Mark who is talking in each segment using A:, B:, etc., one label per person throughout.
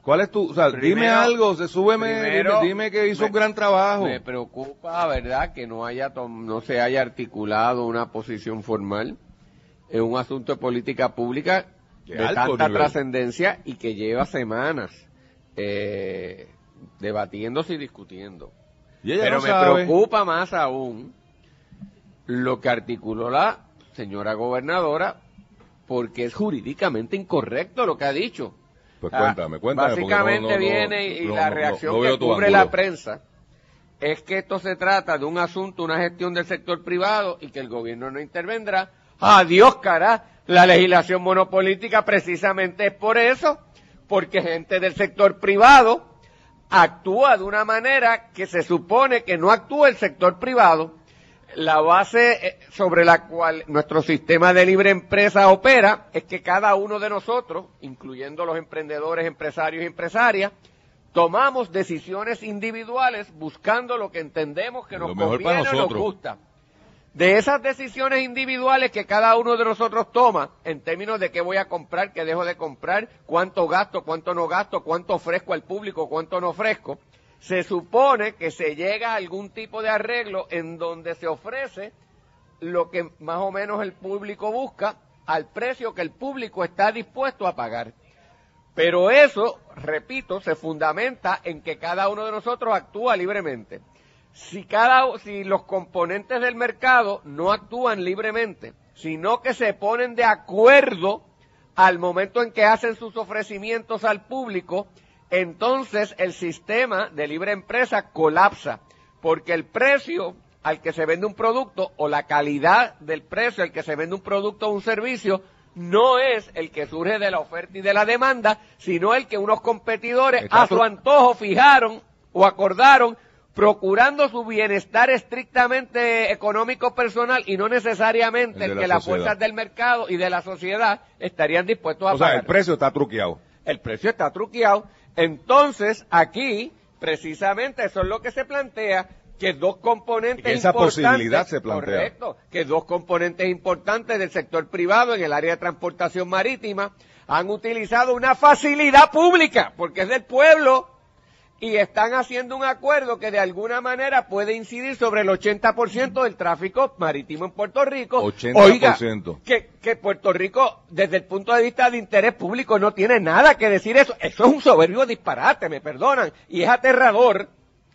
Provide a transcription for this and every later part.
A: ¿Cuál es tu, o sea,
B: Primero,
A: dime algo, súbeme, dime que hizo un gran trabajo?
B: Me preocupa, ¿verdad?, que no se haya articulado una posición formal en un asunto de política pública de tanta trascendencia y que lleva semanas debatiéndose y discutiendo. Pero me preocupa más aún lo que articuló la señora gobernadora, porque es jurídicamente incorrecto lo que ha dicho.
A: Pues cuéntame.
B: Básicamente viene y la reacción que cubre la prensa es que esto se trata de un asunto, una gestión del sector privado y que el gobierno no intervendrá. ¡Adiós, cara! La legislación monopolítica precisamente es por eso, porque gente del sector privado actúa de una manera que se supone que no actúa el sector privado. La base sobre la cual nuestro sistema de libre empresa opera es que cada uno de nosotros, incluyendo los emprendedores, empresarios y empresarias, tomamos decisiones individuales buscando lo que entendemos que nos conviene o nos gusta. De esas decisiones individuales que cada uno de nosotros toma, en términos de qué voy a comprar, qué dejo de comprar, cuánto gasto, cuánto no gasto, cuánto ofrezco al público, cuánto no ofrezco, se supone que se llega a algún tipo de arreglo en donde se ofrece lo que más o menos el público busca al precio que el público está dispuesto a pagar. Pero eso, repito, se fundamenta en que cada uno de nosotros actúa libremente. Si los componentes del mercado no actúan libremente, sino que se ponen de acuerdo al momento en que hacen sus ofrecimientos al público, entonces el sistema de libre empresa colapsa, porque el precio al que se vende un producto o la calidad del precio al que se vende un producto o un servicio no es el que surge de la oferta y de la demanda, sino el que unos competidores a su antojo fijaron o acordaron, procurando su bienestar estrictamente económico personal y no necesariamente el que las fuerzas del mercado y de la sociedad estarían dispuestos a pagar.
A: O sea, el precio está truqueado.
B: El precio está truqueado. Entonces, aquí, precisamente, eso es lo que se plantea, que dos componentes importantes...
A: Esa posibilidad se plantea.
B: Correcto, que dos componentes importantes del sector privado en el área de transportación marítima han utilizado una facilidad pública, porque es del pueblo, y están haciendo un acuerdo que de alguna manera puede incidir sobre el 80% del tráfico marítimo en Puerto Rico.
A: 80%.
B: Oiga, que Puerto Rico, desde el punto de vista de interés público, no tiene nada que decir eso. Eso es un soberbio disparate, me perdonan. Y es aterrador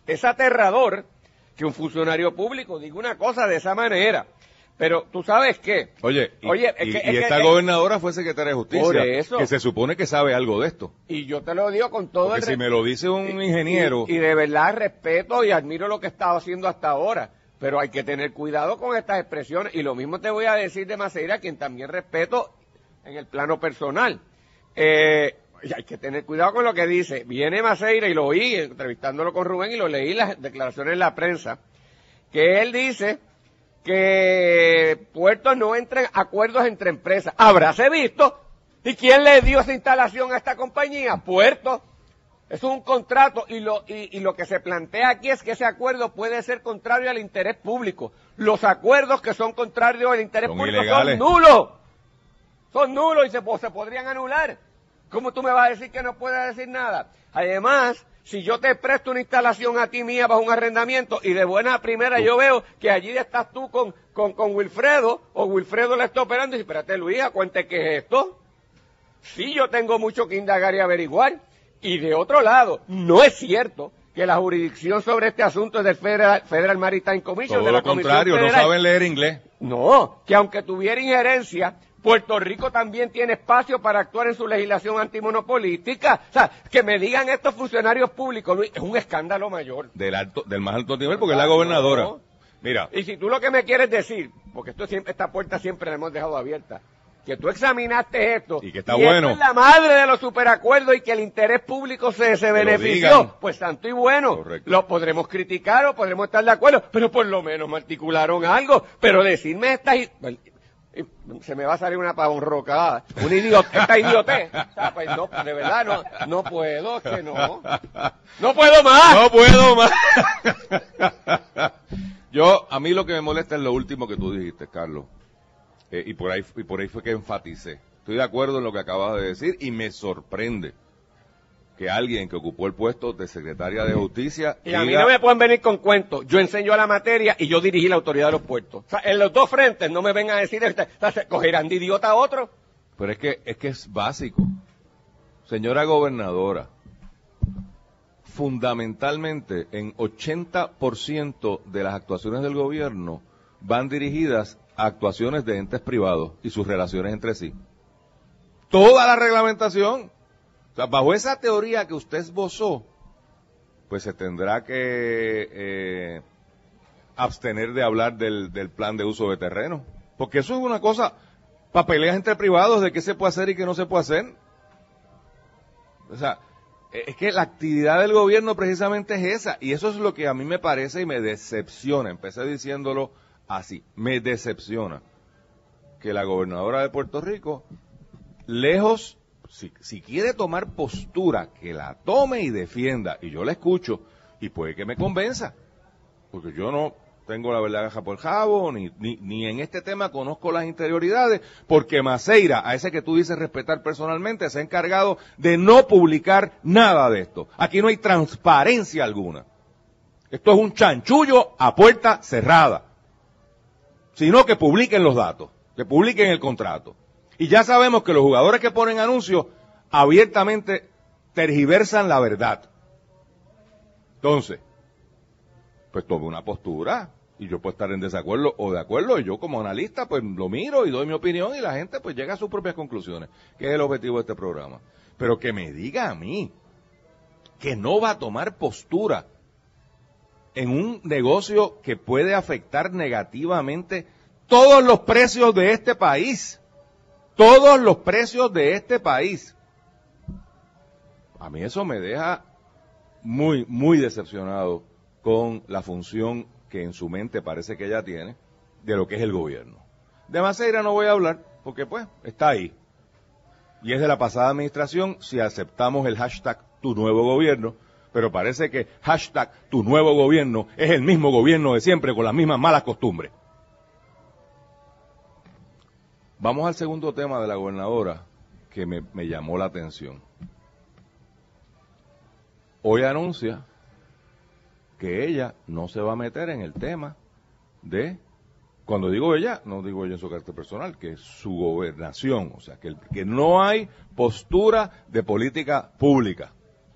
B: que un funcionario público diga una cosa de esa manera. Pero, ¿tú sabes qué?
A: Oye, esta gobernadora fue secretaria de Justicia,
B: por eso,
A: que se supone que sabe algo de esto.
B: Y yo te lo digo con todo
A: porque si me lo dice un ingeniero...
B: Y de verdad respeto y admiro lo que estaba haciendo hasta ahora, pero hay que tener cuidado con estas expresiones. Y lo mismo te voy a decir de Maceira, quien también respeto en el plano personal. Y hay que tener cuidado con lo que dice. Viene Maceira, y lo oí entrevistándolo con Rubén, y lo leí las declaraciones en la prensa, que él dice que Puerto no entra en acuerdos entre empresas. Habráse visto. ¿Y quién le dio esa instalación a esta compañía? Puerto. Eso es un contrato, y lo que se plantea aquí es que ese acuerdo puede ser contrario al interés público. Los acuerdos que son contrarios al interés público ilegales. Son nulos y se podrían anular. ¿Cómo tú me vas a decir que no puedes decir nada? Además, si yo te presto una instalación a ti mía bajo un arrendamiento y de buena primera yo veo que allí estás tú con Wilfredo, o Wilfredo le está operando, y dice, espérate Luis, cuente qué es esto. Sí, yo tengo mucho que indagar y averiguar. Y de otro lado, no es cierto que la jurisdicción sobre este asunto es del Federal Maritime Commission.
A: Todo lo contrario, no saben leer inglés.
B: No, que aunque tuviera injerencia, Puerto Rico también tiene espacio para actuar en su legislación antimonopolística. O sea, que me digan estos funcionarios públicos, Luis, es un escándalo mayor.
A: Del más alto nivel, porque es la gobernadora.
B: No.
A: Mira.
B: Y si tú lo que me quieres decir, porque esta puerta siempre la hemos dejado abierta, que tú examinaste esto,
A: y que está bueno,
B: esto es la madre de los superacuerdos y que el interés público se benefició, pues santo y bueno.
A: Correcto.
B: Lo podremos criticar o podremos estar de acuerdo, pero por lo menos me articularon algo. Pero decirme se me va a salir una pavonrocada, esta idiotez, o sea, pues no, de verdad no puedo, es que no puedo más.
A: A mí lo que me molesta es lo último que tú dijiste, Carlos, y por ahí fue que enfaticé. Estoy de acuerdo en lo que acabas de decir y me sorprende que alguien que ocupó el puesto de secretaria de Justicia...
B: Y a mí no me pueden venir con cuentos. Yo enseño la materia y yo dirigí la autoridad de los puertos. O sea, en los dos frentes no me vengan a decir, cogerán de idiota a otro.
A: Pero es que es básico. Señora gobernadora, fundamentalmente en 80% de las actuaciones del gobierno van dirigidas a actuaciones de entes privados y sus relaciones entre sí. Toda la reglamentación, o sea, bajo esa teoría que usted esbozó, pues se tendrá que abstener de hablar del plan de uso de terreno, porque eso es una cosa, para peleas entre privados de qué se puede hacer y qué no se puede hacer. O sea, es que la actividad del gobierno precisamente es esa, y eso es lo que a mí me parece y me decepciona, empecé diciéndolo así, me decepciona que la gobernadora de Puerto Rico, lejos, si quiere tomar postura, que la tome y defienda, y yo la escucho, y puede que me convenza, porque yo no tengo la verdad gaja por el jabo, ni en este tema conozco las interioridades, porque Maceira, a ese que tú dices respetar personalmente, se ha encargado de no publicar nada de esto. Aquí no hay transparencia alguna. Esto es un chanchullo a puerta cerrada. Sino que publiquen los datos, que publiquen el contrato. Y ya sabemos que los jugadores que ponen anuncios abiertamente tergiversan la verdad. Entonces, pues tome una postura, y yo puedo estar en desacuerdo o de acuerdo, y yo como analista pues lo miro y doy mi opinión, y la gente pues llega a sus propias conclusiones, que es el objetivo de este programa. Pero que me diga a mí que no va a tomar postura en un negocio que puede afectar negativamente todos los precios de este país. Todos los precios de este país. A mí eso me deja muy, muy decepcionado con la función que en su mente parece que ella tiene de lo que es el gobierno. De Maceira no voy a hablar, porque pues está ahí. Y es de la pasada administración si aceptamos el hashtag tu nuevo gobierno, pero parece que hashtag tu nuevo gobierno es el mismo gobierno de siempre con las mismas malas costumbres. Vamos al segundo tema de la gobernadora que me llamó la atención. Hoy anuncia que ella no se va a meter en el tema de, cuando digo ella, no digo ella en su carácter personal, que es su gobernación, o sea, que no hay postura de política pública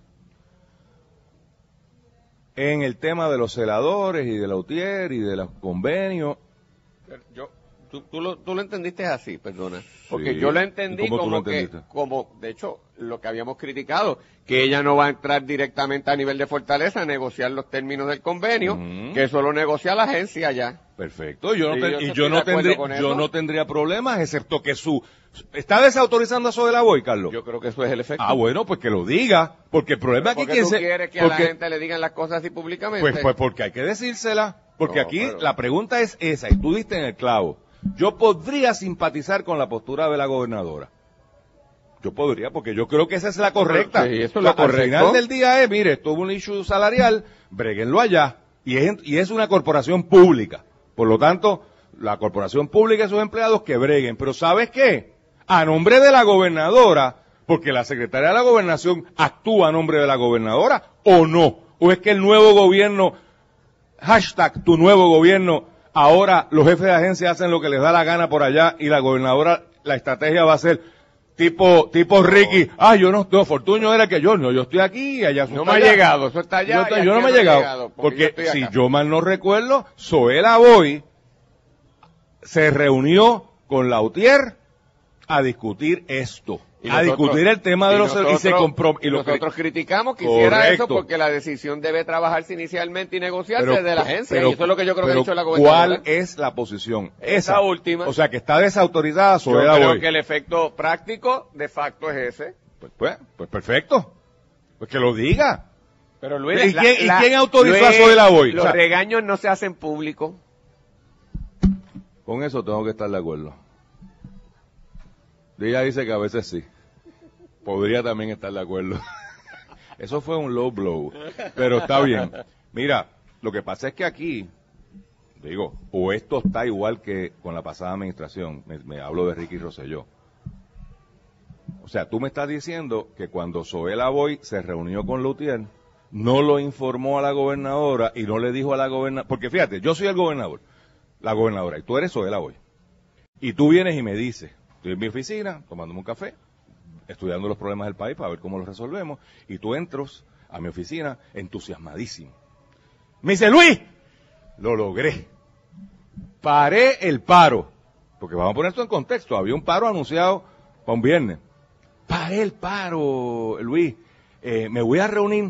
A: en el tema de los celadores y de la UTIER y de los convenios.
B: Tú lo entendiste así, perdona, porque sí, yo lo entendí como, de hecho, lo que habíamos criticado, que ella no va a entrar directamente a nivel de Fortaleza a negociar los términos del convenio, que eso lo negocia la agencia ya.
A: Perfecto, yo no tendría problemas, excepto que ¿está desautorizando eso de la BOI, Carlos?
B: Yo creo que eso es el efecto.
A: Ah, bueno, pues que lo diga, porque el problema aquí
B: tú quieres que a la gente le digan las cosas así públicamente.
A: Pues porque hay que decírsela, porque aquí la pregunta es esa, y tú diste en el clavo. Yo podría simpatizar con la postura de la gobernadora. Yo podría, porque yo creo que esa es la correcta.
B: Sí, eso es lo correcto.
A: Al final del día es, mire, esto es un issue salarial, bréguenlo allá. Y es una corporación pública. Por lo tanto, la corporación pública y sus empleados que breguen. Pero ¿sabes qué? A nombre de la gobernadora, porque la secretaria de la gobernación actúa a nombre de la gobernadora, ¿o no? ¿O es que el nuevo gobierno, hashtag tu nuevo gobierno, ahora los jefes de agencia hacen lo que les da la gana por allá y la gobernadora, la estrategia va a ser tipo Ricky, Fortuño era que yo estoy aquí y allá.
B: No me ha llegado, eso está allá.
A: Yo no me he llegado, porque si yo mal no recuerdo, Zoela Boy se reunió con Lautier a discutir esto. Discutir el tema de
B: nosotros criticamos que hiciera eso porque la decisión debe trabajarse inicialmente y negociarse desde la agencia, y eso es lo que yo creo que ha dicho la gobernadora.
A: ¿Cuál es la posición?
B: Esa última.
A: O sea, que está desautorizada sobre la
B: Yo creo que el efecto práctico de facto es ese.
A: Pues perfecto. Pues que lo diga.
B: Pero Luis,
A: ¿Y quién autorizó a Zoela Boy?
B: Los regaños no se hacen públicos.
A: Con eso tengo que estar de acuerdo. Ella dice que a veces sí. Podría también estar de acuerdo. Eso fue un low blow. Pero está bien. Mira, lo que pasa es que aquí, o esto está igual que con la pasada administración. Me hablo de Ricky Rosselló. O sea, tú me estás diciendo que cuando Zoé Lavoy se reunió con Lutier, no lo informó a la gobernadora y no le dijo a la gobernadora, porque fíjate, yo soy el gobernador, la gobernadora, y tú eres Zoé Lavoy. Y tú vienes y me dices, estoy en mi oficina, tomándome un café, estudiando los problemas del país para ver cómo los resolvemos, y tú entras a mi oficina entusiasmadísimo. Me dice, Luis, lo logré. Paré el paro. Porque vamos a poner esto en contexto, había un paro anunciado para un viernes. Paré el paro, Luis. Me voy a reunir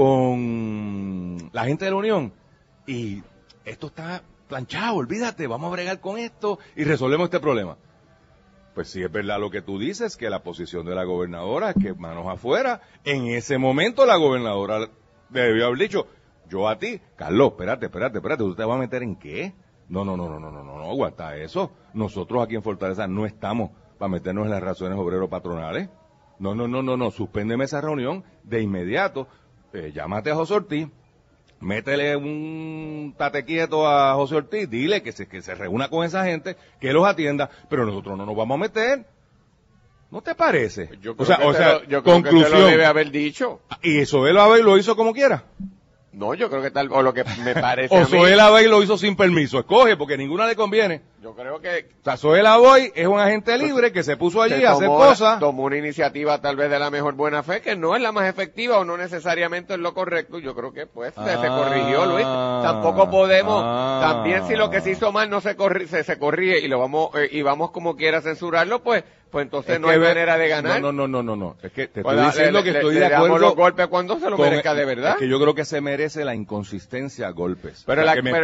A: con la gente de la Unión y esto está planchado, olvídate, vamos a bregar con esto y resolvemos este problema. Pues sí es verdad lo que tú dices, que la posición de la gobernadora es que manos afuera. En ese momento la gobernadora debió haber dicho, yo a ti, Carlos, espérate, ¿tú te vas a meter en qué? No, aguanta eso. Nosotros aquí en Fortaleza no estamos para meternos en las relaciones obrero-patronales. No, suspéndeme esa reunión de inmediato. Llámate a José Ortiz, métele un tate quieto a José Ortiz, dile que se reúna con esa gente, que los atienda, pero nosotros no nos vamos a meter. ¿No te parece?
B: Yo creo conclusión, que te lo debe haber dicho.
A: ¿Y eso él lo hizo como quiera?
B: No, yo creo que tal, o lo que me parece
A: o Zoé Lavoy lo hizo sin permiso. Escoge, porque ninguna le conviene.
B: Yo creo que...
A: O sea, Zoé Lavoy es un agente libre que se puso allí a hacer cosas.
B: Tomó una iniciativa tal vez de la mejor buena fe, que no es la más efectiva o no necesariamente es lo correcto. Yo creo que pues se corrigió, Luis. Tampoco podemos, también si lo que se hizo mal no se corrige y vamos como quiera a censurarlo, pues entonces no hay manera de ganar.
A: No. Es que te estoy diciendo que estoy de acuerdo.
B: Le damos los golpes cuando se lo merezca de verdad.
A: Es que yo creo que se merece la inconsistencia a golpes.
B: Pero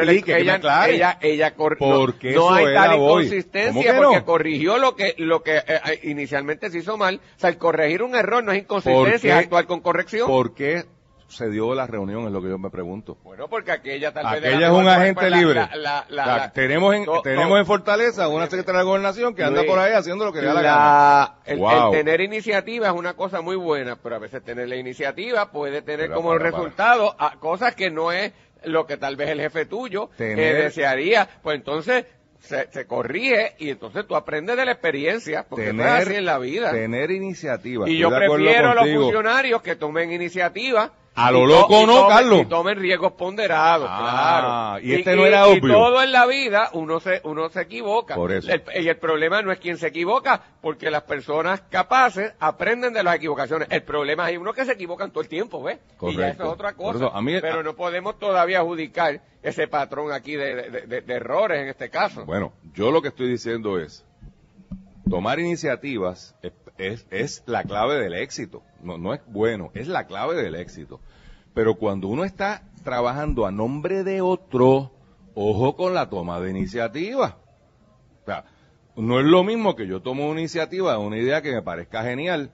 B: ella
A: porque
B: no hay tal inconsistencia porque corrigió lo que inicialmente se hizo mal. O sea, el corregir un error no es inconsistencia, es actuar con corrección.
A: ¿Por qué se dio la reunión? Es lo que yo me pregunto.
B: Bueno, porque aquella tal vez...
A: Aquella es un agente libre. Tenemos en Fortaleza una secretaria de Gobernación que anda por ahí haciendo lo que le da la gana.
B: El tener iniciativa es una cosa muy buena, pero a veces tener la iniciativa puede tener como resultado a cosas que no es lo que tal vez el jefe tuyo desearía. Pues entonces... Se corrige y entonces tú aprendes de la experiencia, porque no es así en la vida.
A: Tener iniciativa.
B: Y yo prefiero a los funcionarios que tomen iniciativa.
A: A lo loco no, Carlos.
B: Y tomen riesgos ponderados, claro.
A: Y no era obvio.
B: Y todo en la vida uno se equivoca.
A: Por eso.
B: Y el problema no es quien se equivoca, porque las personas capaces aprenden de las equivocaciones. El problema es uno que se equivocan todo el tiempo, ¿ves?
A: Correcto.
B: Y ya eso es otra cosa.
A: Eso,
B: pero no podemos todavía adjudicar ese patrón aquí de errores en este caso.
A: Bueno, yo lo que estoy diciendo es, tomar iniciativas es la clave del éxito. No es bueno, es la clave del éxito. Pero cuando uno está trabajando a nombre de otro, ojo con la toma de iniciativa. O sea, no es lo mismo que yo tomo una iniciativa, una idea que me parezca genial.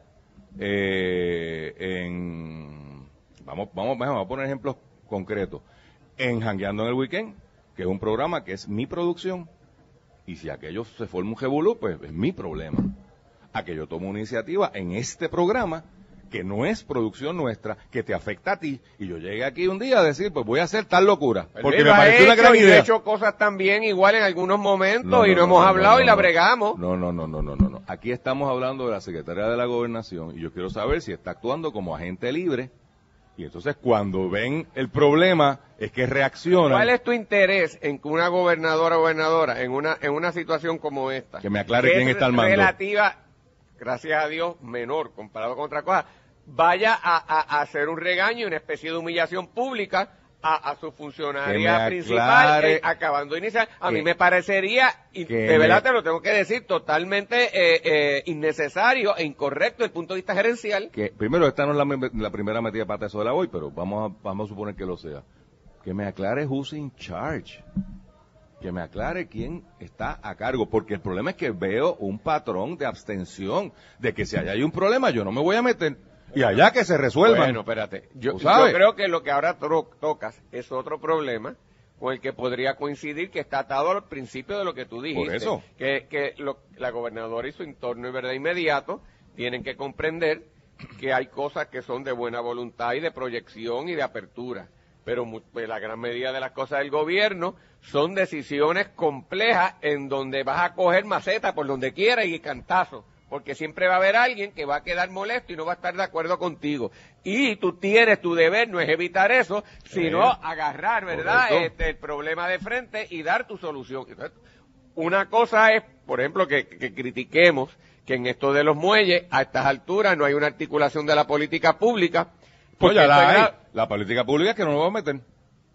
A: Vamos a poner ejemplos concretos. En Jangueando en el Weekend, que es un programa que es mi producción, y si aquello se forma un revolú, pues es mi problema. A que yo tomo una iniciativa en este programa, que no es producción nuestra, que te afecta a ti, y yo llegué aquí un día a decir, pues voy a hacer tal locura, porque me pareció una gran idea.
B: He hecho cosas también igual en algunos momentos, y no hemos hablado y la bregamos.
A: No. Aquí estamos hablando de la Secretaría de la Gobernación, y yo quiero saber si está actuando como agente libre, y entonces cuando ven el problema, es que reaccionan.
B: ¿Cuál es tu interés en que una gobernadora, en una situación como esta?
A: Que me aclare quién está al mando.
B: Relativa, gracias a Dios, menor comparado con otra cosa, vaya a hacer un regaño y una especie de humillación pública a su funcionaria principal, acabando de iniciar. A mí me parecería, y de verdad te lo tengo que decir, totalmente innecesario e incorrecto desde el punto de vista gerencial.
A: Que primero, esta no es la primera metida de pata de la hoy, pero vamos a suponer que lo sea. Que me aclare who's in charge. Que me aclare quién está a cargo, porque el problema es que veo un patrón de abstención, de que si allá hay un problema yo no me voy a meter, y allá que se resuelvan.
B: Bueno, espérate, yo creo que lo que ahora tocas es otro problema con el que podría coincidir, que está atado al principio de lo que tú dijiste.
A: Por eso.
B: Que la gobernadora y su entorno y verdad inmediato tienen que comprender que hay cosas que son de buena voluntad y de proyección y de apertura. Pero la gran medida de las cosas del gobierno son decisiones complejas en donde vas a coger maceta por donde quieras y cantazo, porque siempre va a haber alguien que va a quedar molesto y no va a estar de acuerdo contigo. Y tú tienes, tu deber no es evitar eso, sino agarrar, ¿verdad?, el problema de frente y dar tu solución. Entonces, una cosa es, por ejemplo, que critiquemos que en esto de los muelles, a estas alturas no hay una articulación de la política pública.
A: Pues ya la política pública es que no lo vamos a meter.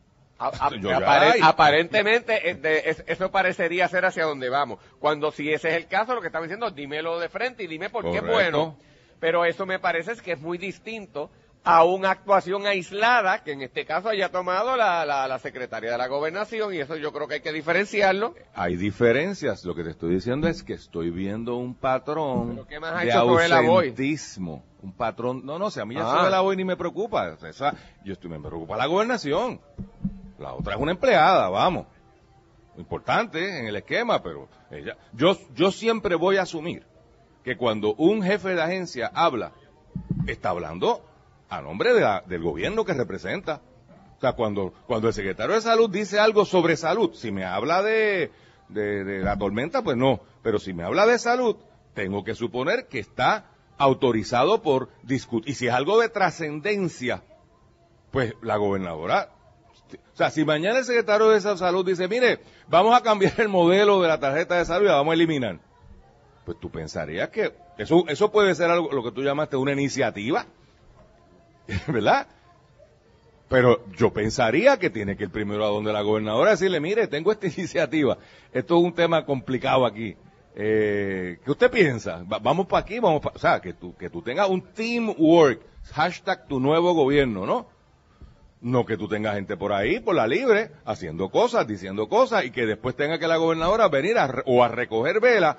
B: Aparentemente eso parecería ser hacia donde vamos, cuando si ese es el caso, lo que estamos diciendo, dímelo de frente y dime por qué es bueno, pero eso me parece que es muy distinto a una actuación aislada que en este caso haya tomado la secretaria de la Gobernación, y eso yo creo que hay que diferenciarlo.
A: Hay diferencias, lo que te estoy diciendo es que estoy viendo un patrón de ausentismo, un patrón, no, si a mí ya sobre la voy ni me preocupa, me preocupa la Gobernación. La otra es una empleada, vamos. Importante en el esquema, pero ella. Yo siempre voy a asumir que cuando un jefe de agencia habla, está hablando a nombre del gobierno que representa. O sea, cuando el secretario de Salud dice algo sobre salud, si me habla de la tormenta, pues no. Pero si me habla de salud, tengo que suponer que está autorizado por discutir. Y si es algo de trascendencia, pues la gobernadora. O sea, si mañana el secretario de Salud dice, mire, vamos a cambiar el modelo de la tarjeta de salud y la vamos a eliminar, pues tú pensarías que eso puede ser algo, lo que tú llamaste una iniciativa, ¿verdad? Pero yo pensaría que tiene que ir primero a donde la gobernadora decirle, mire, tengo esta iniciativa, esto es un tema complicado aquí, ¿qué usted piensa? Vamos para aquí, o sea, que tú tengas un teamwork, hashtag tu nuevo gobierno, ¿no? No que tú tengas gente por ahí, por la libre, haciendo cosas, diciendo cosas, y que después tenga que la gobernadora venir a recoger vela,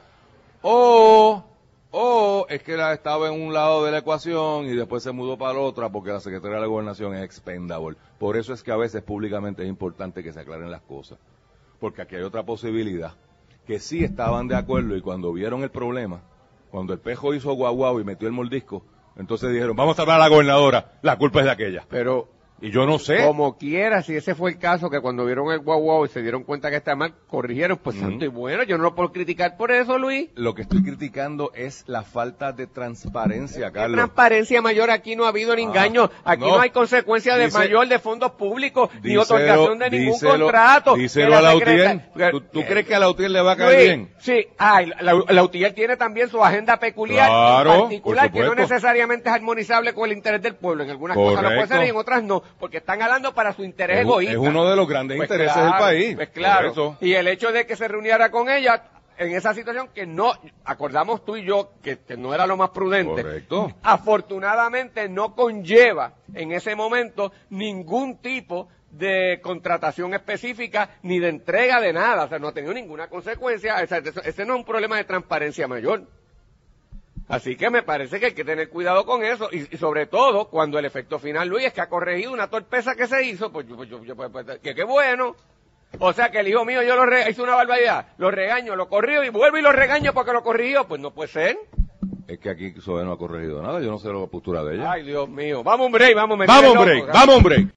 A: o es que estaba en un lado de la ecuación y después se mudó para la otra porque la Secretaría de la Gobernación es expendable. Por eso es que a veces públicamente es importante que se aclaren las cosas, porque aquí hay otra posibilidad, que sí estaban de acuerdo y cuando vieron el problema, cuando el pejo hizo guau y metió el mordisco, entonces dijeron, vamos a hablar a la gobernadora, la culpa es de aquella.
B: Pero
A: y yo no sé.
B: Como quiera, si ese fue el caso, que cuando vieron el guau y se dieron cuenta que está mal, corrigieron, pues santo y bueno, yo no lo puedo criticar por eso, Luis.
A: Lo que estoy criticando es la falta de transparencia, Carlos.
B: Transparencia mayor, aquí no ha habido ni engaño, aquí no hay consecuencia de mayor de fondos públicos, ni otorgación de ningún contrato.
A: Díselo a la UTIER. ¿Tú crees que a la UTIER le va a caer bien?
B: Sí, la UTIER tiene también su agenda peculiar, en particular, que no necesariamente es armonizable con el interés del pueblo. En algunas cosas lo puede ser y en otras no, porque están hablando para su interés egoísta.
A: Es uno de los grandes intereses del país.
B: Pues claro, y el hecho de que se reuniera con ella en esa situación que no, acordamos tú y yo, que no era lo más prudente.
A: Correcto.
B: Afortunadamente no conlleva en ese momento ningún tipo de contratación específica ni de entrega de nada, o sea, no ha tenido ninguna consecuencia, ese no es un problema de transparencia mayor. Así que me parece que hay que tener cuidado con eso, y sobre todo cuando el efecto final, Luis, es que ha corregido una torpeza que se hizo, pues qué bueno. O sea que el hijo mío hizo una barbaridad, lo regaño, lo corrió y vuelvo y lo regaño porque lo corrigió, pues no puede ser.
A: Es que aquí Sobe no ha corregido nada, yo no sé la postura de ella.
B: Ay, Dios mío, vamos, hombre, vamos,
A: hombre.